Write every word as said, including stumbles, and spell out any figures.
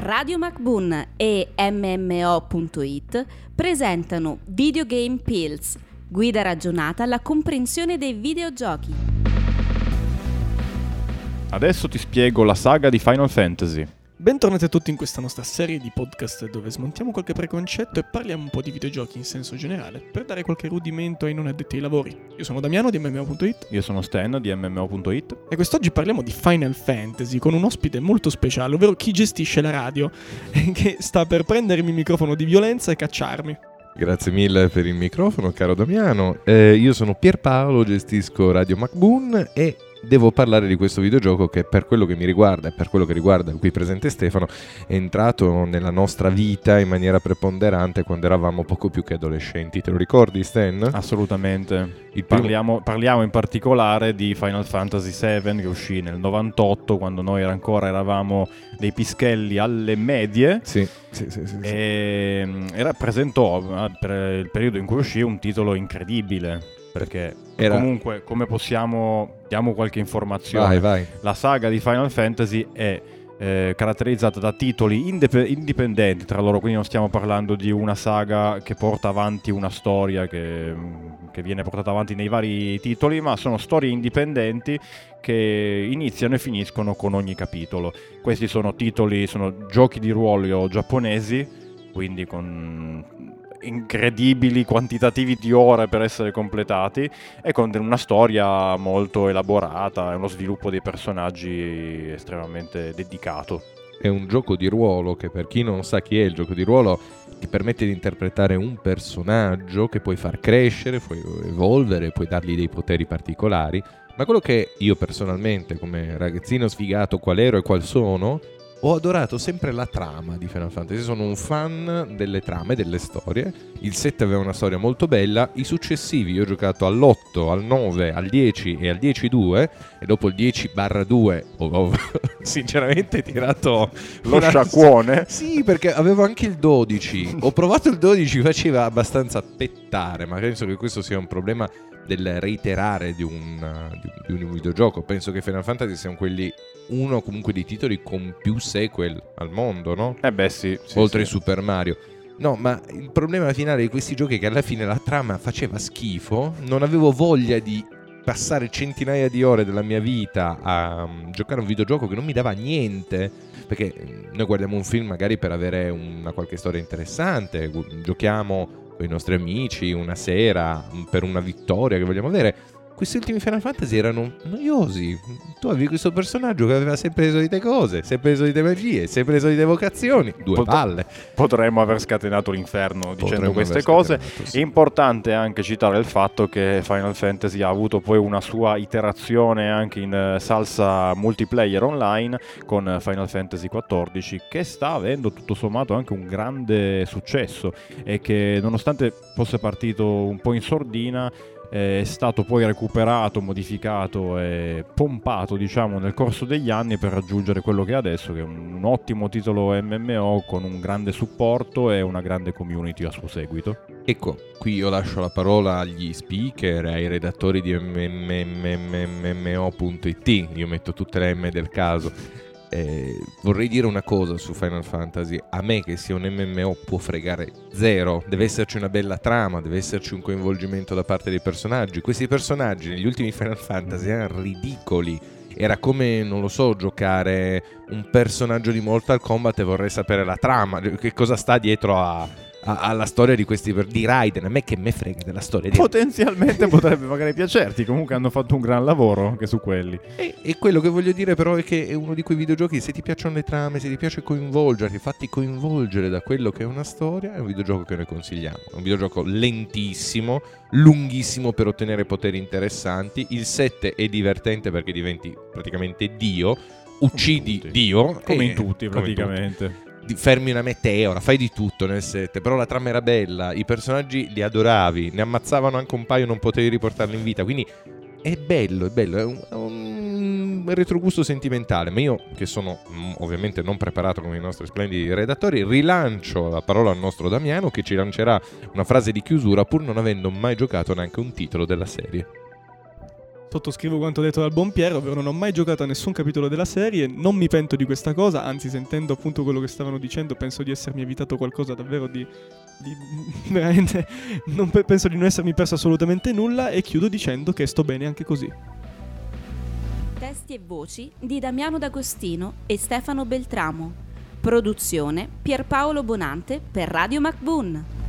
Radio MacBoon e M M O punto it presentano Videogame Pills, guida ragionata alla comprensione dei videogiochi. Adesso ti spiego la saga di Final Fantasy. Bentornati a tutti in questa nostra serie di podcast dove smontiamo qualche preconcetto e parliamo un po' di videogiochi in senso generale per dare qualche rudimento ai non addetti ai lavori. Io sono Damiano di M M O punto it. Io sono Stan di M M O punto it. E quest'oggi parliamo di Final Fantasy con un ospite molto speciale, ovvero chi gestisce la radio che sta per prendermi il microfono di violenza e cacciarmi. Grazie mille per il microfono, caro Damiano. Eh, io sono Pierpaolo, gestisco Radio MacBoon e devo parlare di questo videogioco che, per quello che mi riguarda e per quello che riguarda il qui presente Stefano, è entrato nella nostra vita in maniera preponderante quando eravamo poco più che adolescenti. Te lo ricordi, Stan? Assolutamente. Il primo... parliamo, parliamo in particolare di Final Fantasy sette che uscì nel novantotto, quando noi ancora eravamo dei pischelli alle medie. Sì, sì, sì, sì, e sì. Rappresentò per il periodo in cui uscì un titolo incredibile. Perché Era... comunque, come possiamo, diamo qualche informazione, vai, vai. La saga di Final Fantasy è eh, caratterizzata da titoli indip- indipendenti tra loro, quindi non stiamo parlando di una saga che porta avanti una storia che, che viene portata avanti nei vari titoli, ma sono storie indipendenti che iniziano e finiscono con ogni capitolo. Questi sono titoli, sono giochi di ruolo giapponesi, quindi con incredibili quantitativi di ore per essere completati e con una storia molto elaborata e uno sviluppo dei personaggi estremamente dedicato. È un gioco di ruolo che, per chi non sa chi è il gioco di ruolo, ti permette di interpretare un personaggio che puoi far crescere, puoi evolvere, puoi dargli dei poteri particolari. Ma quello che io personalmente, come ragazzino sfigato qual ero e qual sono, ho adorato sempre la trama di Final Fantasy. Sono un fan delle trame, delle storie. Il sette aveva una storia molto bella. I successivi, io ho giocato all'otto, al nove, al dieci e al dieci due. E dopo il dieci barra due ho, ho sinceramente tirato lo una... sciacquone. Sì, perché avevo anche il dodici. Ho provato il dodici, faceva abbastanza pettare. Ma penso che questo sia un problema del reiterare di un, di un videogioco. Penso che Final Fantasy siano quelli, uno comunque dei titoli con più sequel al mondo, no? Eh beh sì, sì oltre sì. Super Mario. No, ma il problema finale di questi giochi è che alla fine la trama faceva schifo. Non avevo voglia di passare centinaia di ore della mia vita a um, giocare a un videogioco che non mi dava niente. Perché noi guardiamo un film magari per avere una qualche storia interessante, giochiamo con i nostri amici una sera per una vittoria che vogliamo avere. Questi ultimi Final Fantasy erano noiosi. Tu avevi questo personaggio che aveva sempre le solite cose, sempre le solite magie, sempre le solite vocazioni. Due Pot- palle. Potremmo aver scatenato l'inferno dicendo Potremmo queste cose. Sì. È importante anche citare il fatto che Final Fantasy ha avuto poi una sua iterazione anche in salsa multiplayer online con Final Fantasy quattordici, che sta avendo tutto sommato anche un grande successo e che, nonostante fosse partito un po' in sordina, è stato poi recuperato, modificato e pompato, diciamo, nel corso degli anni per raggiungere quello che è adesso, che è un ottimo titolo M M O con un grande supporto e una grande community a suo seguito. Ecco, qui io lascio la parola agli speaker, ai redattori di M M O punto it. Io metto tutte le M del caso. Eh, vorrei dire una cosa su Final Fantasy: a me che sia un M M O può fregare zero. Deve esserci una bella trama, deve esserci un coinvolgimento da parte dei personaggi. Questi personaggi negli ultimi Final Fantasy erano ridicoli. Era come, non lo so, giocare un personaggio di Mortal Kombat e vorrei sapere la trama, che cosa sta dietro a alla storia di questi di Raiden. A me che me frega della storia di... Potenzialmente potrebbe magari piacerti. Comunque hanno fatto un gran lavoro anche su quelli. E, e quello che voglio dire però è che è uno di quei videogiochi, se ti piacciono le trame, se ti piace coinvolgerti, fatti coinvolgere da quello che è una storia, è un videogioco che noi consigliamo. È un videogioco lentissimo, lunghissimo per ottenere poteri interessanti. Il sette è divertente perché diventi praticamente Dio, uccidi Dio come e, in tutti praticamente, in tutti. Fermi una meteora, fai di tutto nel set, però la trama era bella, i personaggi li adoravi, ne ammazzavano anche un paio, non potevi riportarli in vita, quindi è bello, è bello, è un, è un retrogusto sentimentale. Ma io, che sono mh, ovviamente non preparato come i nostri splendidi redattori, rilancio la parola al nostro Damiano, che ci lancerà una frase di chiusura pur non avendo mai giocato neanche un titolo della serie. Sottoscrivo quanto detto dal buon Piero, ovvero non ho mai giocato a nessun capitolo della serie, non mi pento di questa cosa, anzi sentendo appunto quello che stavano dicendo penso di essermi evitato qualcosa davvero di... di veramente non pe- penso di non essermi perso assolutamente nulla e chiudo dicendo che sto bene anche così. Testi e voci di Damiano D'Agostino e Stefano Beltramo. Produzione Pierpaolo Bonante per Radio MacBoon.